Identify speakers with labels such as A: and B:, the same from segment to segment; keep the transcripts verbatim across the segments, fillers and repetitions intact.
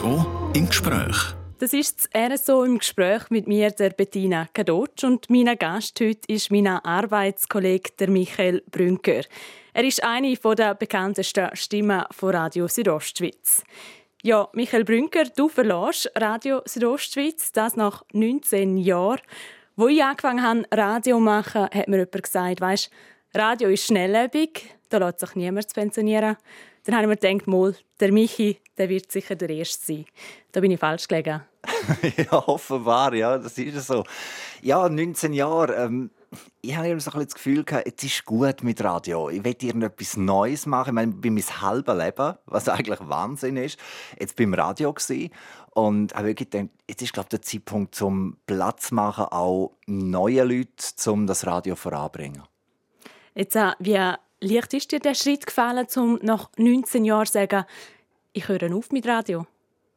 A: So im Gespräch.
B: Das ist das R S O im Gespräch mit mir, der Bettina Kadotsch. Und mein Gast heute ist mein Arbeitskollege der Michael Brünker. Er ist eine der bekanntesten Stimmen von Radio Südostschweiz. Ja, Michael Brünker, du verlässt Radio Südostschweiz, das nach neunzehn Jahren. Wo ich angefangen habe, Radio zu machen, hat mir jemand gesagt, weisst, Radio ist schnelllebig, da lässt sich niemand pensionieren. Dann habe ich mir gedacht, mal, der Michi, der wird sicher der Erste sein. Da bin ich falsch gelegen.
C: Ja, offenbar, ja, das ist so. Ja, neunzehn Jahre. Ähm, ich habe immer so ein bisschen das Gefühl gehabt, jetzt ist gut mit Radio. Ich will irgendetwas Neues machen. Ich meine, bei meinem halben Leben, was eigentlich Wahnsinn ist, jetzt beim Radio gewesen. Und habe wirklich gedacht, jetzt ist, glaube ich, der Zeitpunkt zum Platz machen, auch neue Leute, um das Radio voranzubringen.
B: Jetzt, äh, wie leicht ist dir der Schritt gefallen, um nach neunzehn Jahren zu sagen, ich höre auf mit Radio?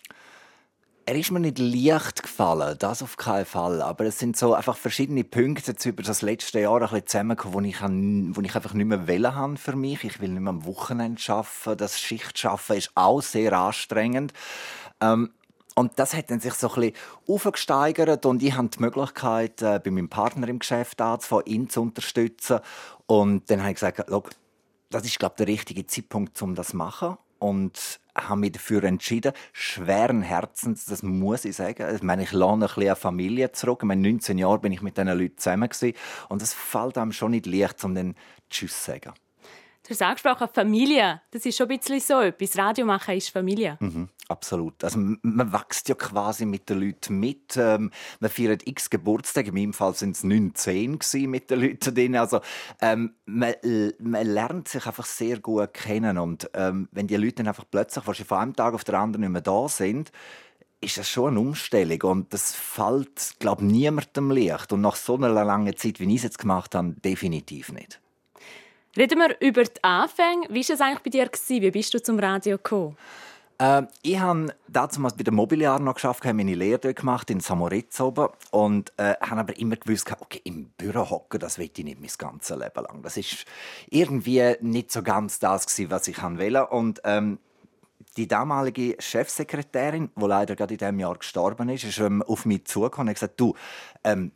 C: Er ist mir nicht leicht gefallen, das auf keinen Fall. Aber es sind so einfach verschiedene Punkte jetzt über das letzte Jahr ein bisschen zusammengekommen, wo ich, an, wo ich einfach nicht mehr wollen habe für mich. Ich will nicht mehr am Wochenende arbeiten. Das Schichtschaffen ist auch sehr anstrengend. Ähm, Und das hat dann sich so ein bisschen aufgesteigert und ich hatte die Möglichkeit, äh, bei meinem Partner im Geschäft anzufangen, ihn zu unterstützen. Und dann habe ich gesagt, das ist, glaube ich, der richtige Zeitpunkt, um das zu machen. Und habe mich dafür entschieden, schweren Herzens, das muss ich sagen. Ich meine, ich lasse ein bisschen eine Familie zurück. Ich meine, neunzehn Jahre bin ich mit diesen Leuten zusammen gewesen. Und es fällt einem schon nicht leicht, um dann Tschüss zu sagen.
B: Du hast angesprochen, Familie. Das ist schon ein bisschen so etwas. Radio machen ist Familie.
C: Mhm, absolut. Also, man wächst ja quasi mit den Leuten mit. Ähm, man feiert x Geburtstage. In meinem Fall waren es neunzehn mit den Leuten drin. Also, ähm, man, man lernt sich einfach sehr gut kennen. Und ähm, wenn die Leute dann einfach plötzlich von einem Tag auf den anderen nicht mehr da sind, ist das schon eine Umstellung. Und das fällt, glaube ich, niemandem leicht. Und nach so einer langen Zeit, wie ich es jetzt gemacht habe, definitiv nicht.
B: Reden wir über die Anfänge. Wie war es eigentlich bei dir? Wie bist du zum Radio gekommen?
C: Äh, ich habe damals bei der Mobiliar noch geschafft, habe meine Lehre dort gemacht in Samoritz oben und äh, habe aber immer gewusst, okay, im Büro hocken, das will ich nicht mein ganzes Leben lang. Das ist irgendwie nicht so ganz das gewesen, was ich wollte. Und ähm, die damalige Chefsekretärin, die leider gerade in diesem Jahr gestorben ist, ist ähm, auf mich zugekommen und hat gesagt, du, ähm,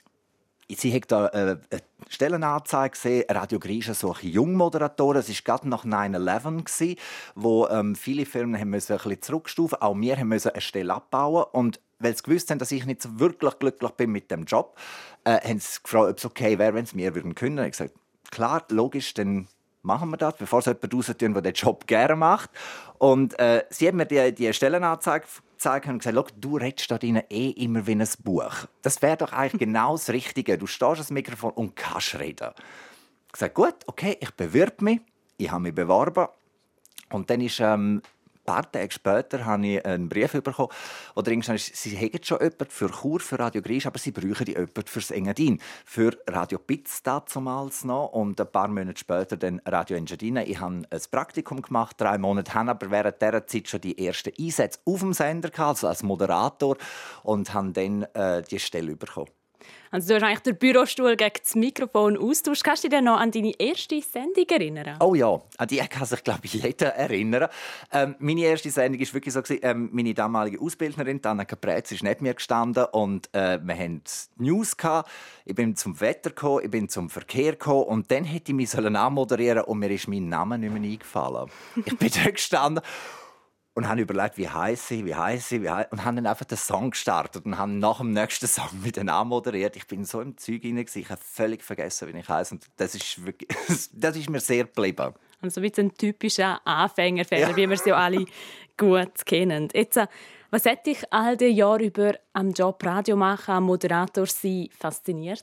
C: sie hat da äh, eine Stellenanzeige gesehen, Radio Grisha suche Jungmoderatoren. Es war gerade nach neun elf, wo ähm, viele Firmen haben müssen ein bisschen zurückstufen. Auch wir haben müssen eine Stelle abbauen. Und weil sie gewusst haben, dass ich nicht so wirklich glücklich bin mit dem Job, äh, haben sie gefragt, ob es okay wäre, wenn sie mir würden können. Ich habe gesagt, klar, logisch, dann machen wir das, bevor sie jemanden raustun, der den Job gerne macht. Und äh, sie haben mir die, die Stellenanzeige gezeigt und gesagt, du redest da drinnen eh immer wie ein Buch. Das wäre doch eigentlich genau das Richtige. Du stehst ans Mikrofon und kannst reden. Ich habe gesagt, gut, okay, ich bewirb mich. Ich habe mich beworben. Und dann ist ähm, ein paar Tage später habe ich einen Brief bekommen, wo drin stand, sie hätten schon jemanden für Chur, für Radio Grisha, aber sie brauchen jemanden fürs Engadin. Für Radio Pitz damals noch und ein paar Monate später dann Radio Engadin. Ich habe ein Praktikum gemacht, drei Monate, habe aber während dieser Zeit schon die ersten Einsätze auf dem Sender gehabt, also als Moderator, und habe dann äh, die Stelle bekommen.
B: Also du hast eigentlich den Bürostuhl gegen das Mikrofon austauscht. Kannst du dich noch an deine erste Sendung erinnern?
C: Oh ja, an die kann sich, glaube ich, jeder erinnern. Ähm, meine erste Sendung war wirklich so, ähm, meine damalige Ausbildnerin, Anna Caprez, ist neben mir gestanden und äh, wir hatten News gehabt. Ich bin zum Wetter gekommen, ich bin zum Verkehr gekommen und dann hätte ich mich anmoderieren sollen und mir ist mein Name nicht mehr eingefallen. Ich bin dort gestanden und habe überlegt, wie heisse ich, wie heisse ich, wie heisse ich. Und habe dann einfach den Song gestartet und habe nach dem nächsten Song mit dem anmoderiert. Ich bin so im Zeug hinein, ich habe völlig vergessen, wie ich heisse. Und das ist wirklich, das ist mir sehr geblieben.
B: Also wie ein typischer Anfängerfehler, ja, wie wir sie ja alle gut kennen. Jetzt, was hat dich all die Jahre über am Job Radio machen, am Moderator sein, fasziniert?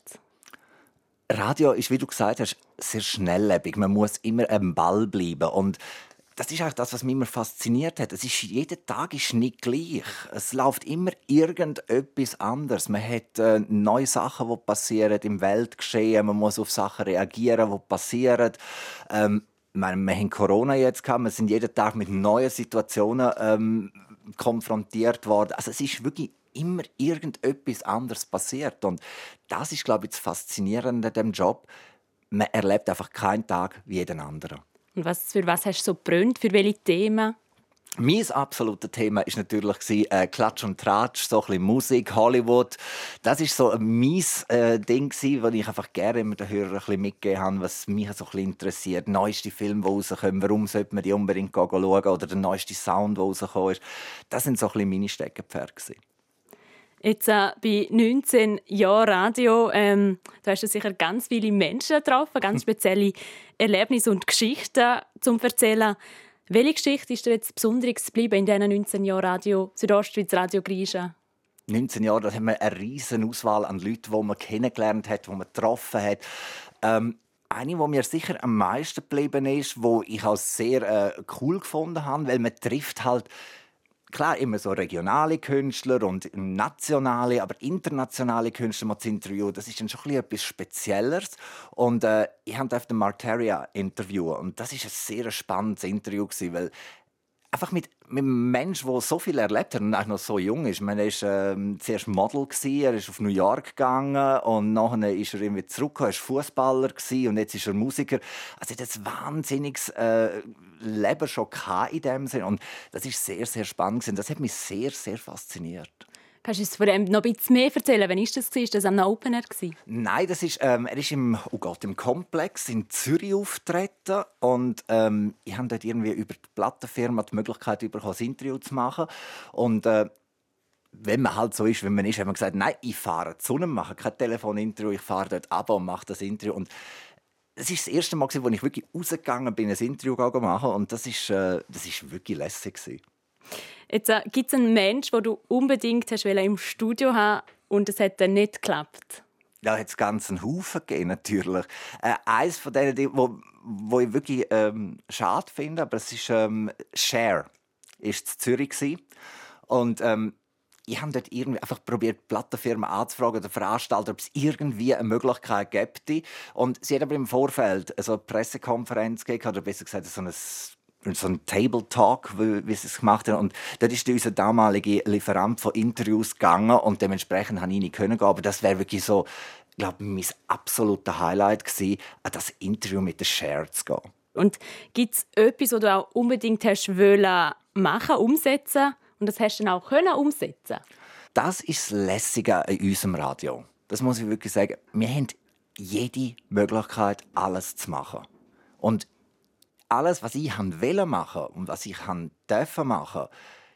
C: Radio ist, wie du gesagt hast, sehr schnelllebig. Man muss immer am Ball bleiben. Und das ist eigentlich das, was mich immer fasziniert hat. Es ist, jeden Tag ist nicht gleich. Es läuft immer irgendetwas anderes. Man hat äh, neue Sachen, die passieren im Weltgeschehen. Man muss auf Sachen reagieren, die passieren. Ähm, wir, wir haben Corona jetzt gehabt. Wir sind jeden Tag mit neuen Situationen ähm, konfrontiert worden. Also es ist wirklich immer irgendetwas anderes passiert. Und das ist, glaube ich, das Faszinierende an diesem Job. Man erlebt einfach keinen Tag wie jeden anderen.
B: Und was, für was hast du so gebrannt? Für welche Themen?
C: Mein absolutes Thema war natürlich äh, Klatsch und Tratsch, so ein bisschen Musik, Hollywood. Das war so mein äh, Ding, das ich einfach gerne immer den Hörern ein bisschen mitgegeben habe, was mich so ein bisschen interessiert. Neueste Filme, die rauskommen, warum sollte man die unbedingt schauen oder der neueste Sound, der rausgekommen ist. Das waren so ein bisschen meine Steckenpferde.
B: Jetzt äh, bei neunzehn Jahren Radio, ähm, da hast du sicher ganz viele Menschen getroffen, ganz spezielle Erlebnisse und Geschichten zum Erzählen. Welche Geschichte ist dir jetzt besonders geblieben in diesen neunzehn Jahren Radio, Südostschweiz, Radio Grisha?
C: neunzehn Jahre, da haben wir eine riesen Auswahl an Leuten, die man kennengelernt hat, die man getroffen hat. Ähm, eine, die mir sicher am meisten geblieben ist, die ich auch sehr äh, cool gefunden habe, weil man trifft halt klar, immer so regionale Künstler und nationale, aber internationale Künstler mal zu interviewen, das ist dann schon etwas Spezielleres. Und äh, ich habe den Marteria interviewen und das ist ein sehr spannendes Interview gewesen, weil einfach mit, mit einem Menschen, der so viel erlebt hat und auch noch so jung ist. Ich meine, er war ähm, zuerst Model, gewesen, er ist auf New York gegangen und nachher ist er irgendwie zurückgekommen, er war Fußballer und jetzt ist er Musiker. Also er hat ein wahnsinniges äh, Leben schon in dem Sinn. Und das ist sehr, sehr spannend gewesen. Das hat mich sehr, sehr fasziniert.
B: Kannst du uns von dem noch ein bisschen mehr erzählen? Wann war das? War das am Opener?
C: Nein, das ist, ähm, er ist im, oh Gott, im Komplex in Zürich auftreten. Und ähm, ich habe dort irgendwie über die Plattenfirma die Möglichkeit bekommen, ein Interview zu machen. Und äh, wenn man halt so ist, wie man ist, hat man gesagt, nein, ich fahre zu ihm, mache kein Telefoninterview, ich fahre dort ab und mache das Interview. Und es war das erste Mal, wo ich wirklich rausgegangen bin, ein Interview zu machen. Und das war äh, das ist wirklich lässig.
B: Jetzt äh, gibt es einen Menschen, den du unbedingt hast im Studio haben und es hat dann nicht geklappt?
C: Ja, hat es ganz einen Haufen gegeben, natürlich. Äh, eines von denen, die, wo, wo ich wirklich ähm, schade finde, aber es ist ähm, Cher. Ist in Zürich gewesen. Und ähm, ich habe dort irgendwie einfach probiert, die Plattenfirma anzufragen, der Veranstalter, ob es irgendwie eine Möglichkeit gibt. Und sie hat aber im Vorfeld also eine Pressekonferenz gegeben, oder besser gesagt so ein so ein Table Talk, wie sie es gemacht haben. Und dort ist unser damaliger Lieferant von Interviews gegangen und dementsprechend konnte ich nicht gehen. Aber das wäre wirklich so, ich glaube, mein absolutes Highlight gewesen, an das Interview mit der Cher zu gehen.
B: Und gibt es etwas, was du auch unbedingt hast wollen machen, umsetzen und das hast du dann auch können umsetzen?
C: Das ist das Lässige in unserem Radio. Das muss ich wirklich sagen. Wir haben jede Möglichkeit, alles zu machen. Und alles, was ich wollte machen und was ich durfte machen,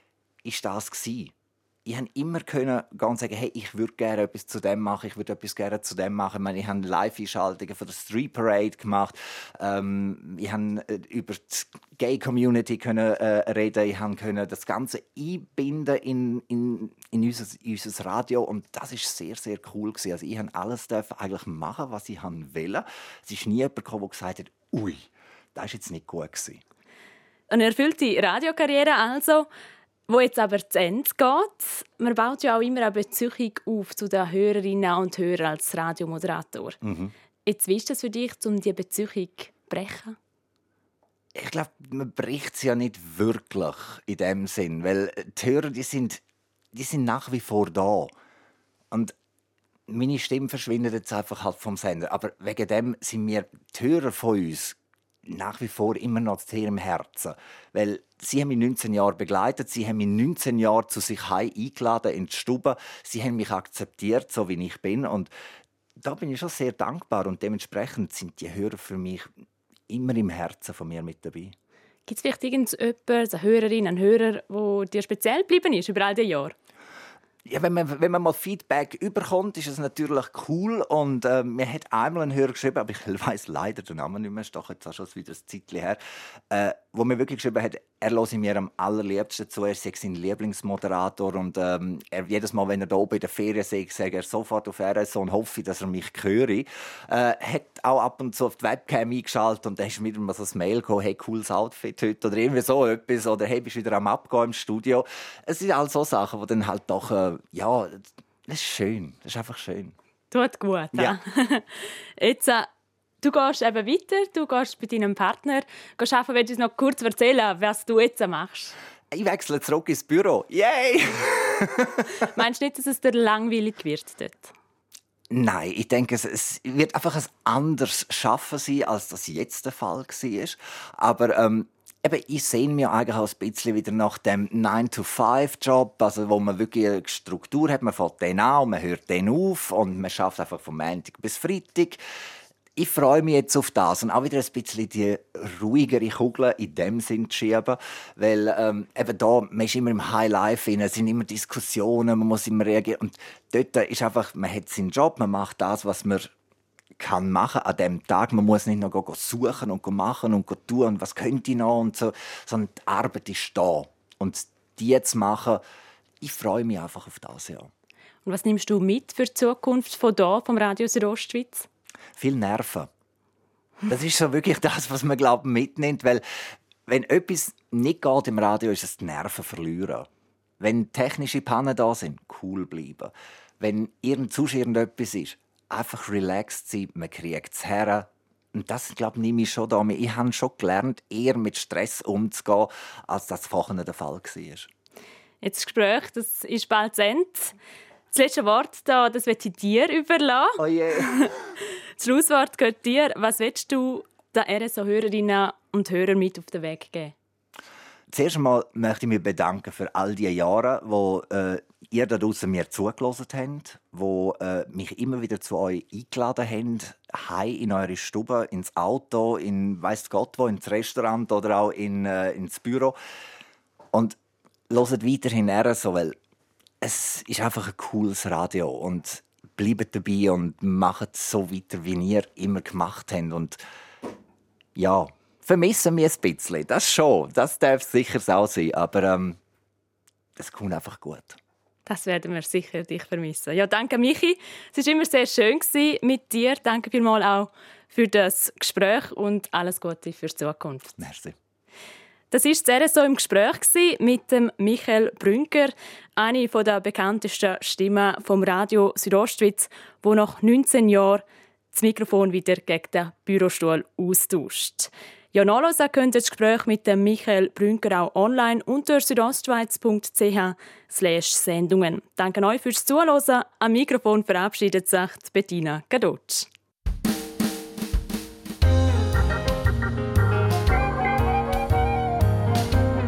C: ist das gewesen. Ich konnte immer können gehen und sagen, hey, ich würde gerne etwas zu dem machen, ich würde etwas gerne zu dem machen. Ich, meine, ich habe Live-Einschaltungen von der Street Parade gemacht. Ähm, ich konnte über die Gay-Community können, äh, reden. Ich konnte das Ganze einbinden in, in, in, unser, in unser Radio. Und das war sehr, sehr cool gewesen. Also ich durfte alles eigentlich machen, was ich wollte. Es ist nie jemand gekommen, der gesagt hat, ui, das war jetzt nicht gut.
B: Eine erfüllte Radiokarriere also, wo jetzt aber zu Ende geht. Man baut ja auch immer eine Beziehung auf zu den Hörerinnen und Hörern als Radiomoderator. Mhm. Jetzt, wie ist das für dich, um diese Beziehung zu brechen?
C: Ich glaube, man bricht sie ja nicht wirklich in dem Sinn, weil die Hörer, die sind, die sind nach wie vor da. Und meine Stimme verschwindet jetzt einfach halt vom Sender. Aber wegen dem sind wir die Hörer von uns nach wie vor immer noch das Tier im Herzen. Weil sie haben mich neunzehn Jahre begleitet, sie haben mich neunzehn Jahre zu sich heim eingeladen in die Stube. Sie haben mich akzeptiert, so wie ich bin. Und da bin ich schon sehr dankbar. Und dementsprechend sind die Hörer für mich immer im Herzen von mir mit dabei.
B: Gibt es vielleicht irgendjemanden, eine Hörerin, einen Hörer, der dir speziell geblieben ist über all die Jahre?
C: Ja, wenn man, wenn man mal Feedback überkommt, ist es natürlich cool. Und äh, mir hat einmal ein Hörer geschrieben, aber ich weiß leider den Namen nicht mehr, ist doch jetzt auch schon wieder ein Zeitchen her, äh, wo mir wirklich geschrieben hat, er höre mir am allerliebsten zu, er sei sein Lieblingsmoderator und ähm, er, jedes Mal, wenn er da oben in der Ferien sei, sagt er sofort auf R S O und hoffe, dass er mich höre. Äh, hat auch ab und zu auf die Webcam eingeschaltet und dann ist wieder mal so ein Mail gekommen, hey, cooles Outfit heute oder irgendwie so etwas oder hey, bist wieder am Abgehen im Studio. Es sind all so Sachen, die dann halt doch, äh, ja, das ist schön, das ist einfach schön.
B: Tut gut.
C: Ja.
B: Jetzt, äh, du gehst eben weiter, du gehst bei deinem Partner gehst arbeiten. Willst du uns noch kurz erzählen, was du jetzt machst?
C: Ich wechsle zurück ins Büro. Yay!
B: Meinst du nicht, dass es dir langweilig wird dort?
C: Nein, ich denke, es wird einfach ein anderes Schaffen sein, als das jetzt der Fall war. Aber ähm, Eben, ich sehe mich eigentlich auch ein bisschen wieder nach dem nine to five Job, also wo man wirklich eine Struktur hat. Man fängt den an und man hört den auf und man schafft einfach von Montag bis Freitag. Ich freue mich jetzt auf das und auch wieder ein bisschen die ruhigere Kugel in dem Sinn zu schieben, weil ähm, eben da, man ist immer im High Life rein, es sind immer Diskussionen, man muss immer reagieren und dort ist einfach, man hat seinen Job, man macht das, was man kann machen an dem Tag. Man muss nicht noch suchen und machen und tun und was könnte ich noch und so, sondern die Arbeit ist da und die jetzt machen, ich freue mich einfach auf das, ja.
B: Und was nimmst du mit für die Zukunft von da, vom Radio Südostschweiz?
C: Viel Nerven. Das ist so wirklich das, was man glaubt mitnimmt, weil wenn etwas nicht geht im Radio, ist es die Nerven verlieren. Wenn technische Pannen da sind, cool bleiben. Wenn irgend sonst irgendetwas ist, einfach relaxed sein, man kriegt es her. Und das, glaube ich, nehme ich schon da mit. Ich habe schon gelernt, eher mit Stress umzugehen, als das vorhin der Fall war.
B: Jetzt das Gespräch, das ist bald zu Ende. Das letzte Wort, da, das möchte ich dir überlassen.
C: Oh je. Yeah.
B: Das Schlusswort gehört dir. Was willst du den R S O-Hörerinnen und Hörern mit auf den Weg geben?
C: Zuerst einmal möchte ich mich bedanken für all die Jahre, wo äh, ihr da draussen mir zugelassen habt, wo äh, mich immer wieder zu euch eingeladen habt, heim in eure Stube, ins Auto, in weiss Gott wo, ins Restaurant oder auch in, äh, ins Büro. Und hört weiterhin R S O, weil es ist einfach ein cooles Radio und bleibt dabei und macht so weiter, wie ihr immer gemacht habt. Und ja, vermissen wir ein bisschen. Das schon. Das darf sicher auch sein. Aber ähm, es kommt einfach gut.
B: Das werden wir sicher dich vermissen. Ja, danke, Michi. Es war immer sehr schön mit dir. Danke vielmals auch für das Gespräch und alles Gute für die Zukunft.
C: Merci.
B: Das war das R S O im Gespräch mit dem Michael Brünker, eine der bekanntesten Stimmen vom Radio Südostschweiz, die nach neunzehn Jahren das Mikrofon wieder gegen den Bürostuhl austauscht. Ja, nachhören könnt ihr das Gespräch mit dem Michael Brünker auch online unter südostschweiz punkt c h slash Sendungen. Danke euch fürs Zuhören. Am Mikrofon verabschiedet sich Bettina Gadotsch.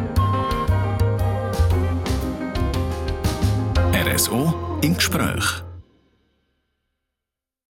A: R S O im Gespräch.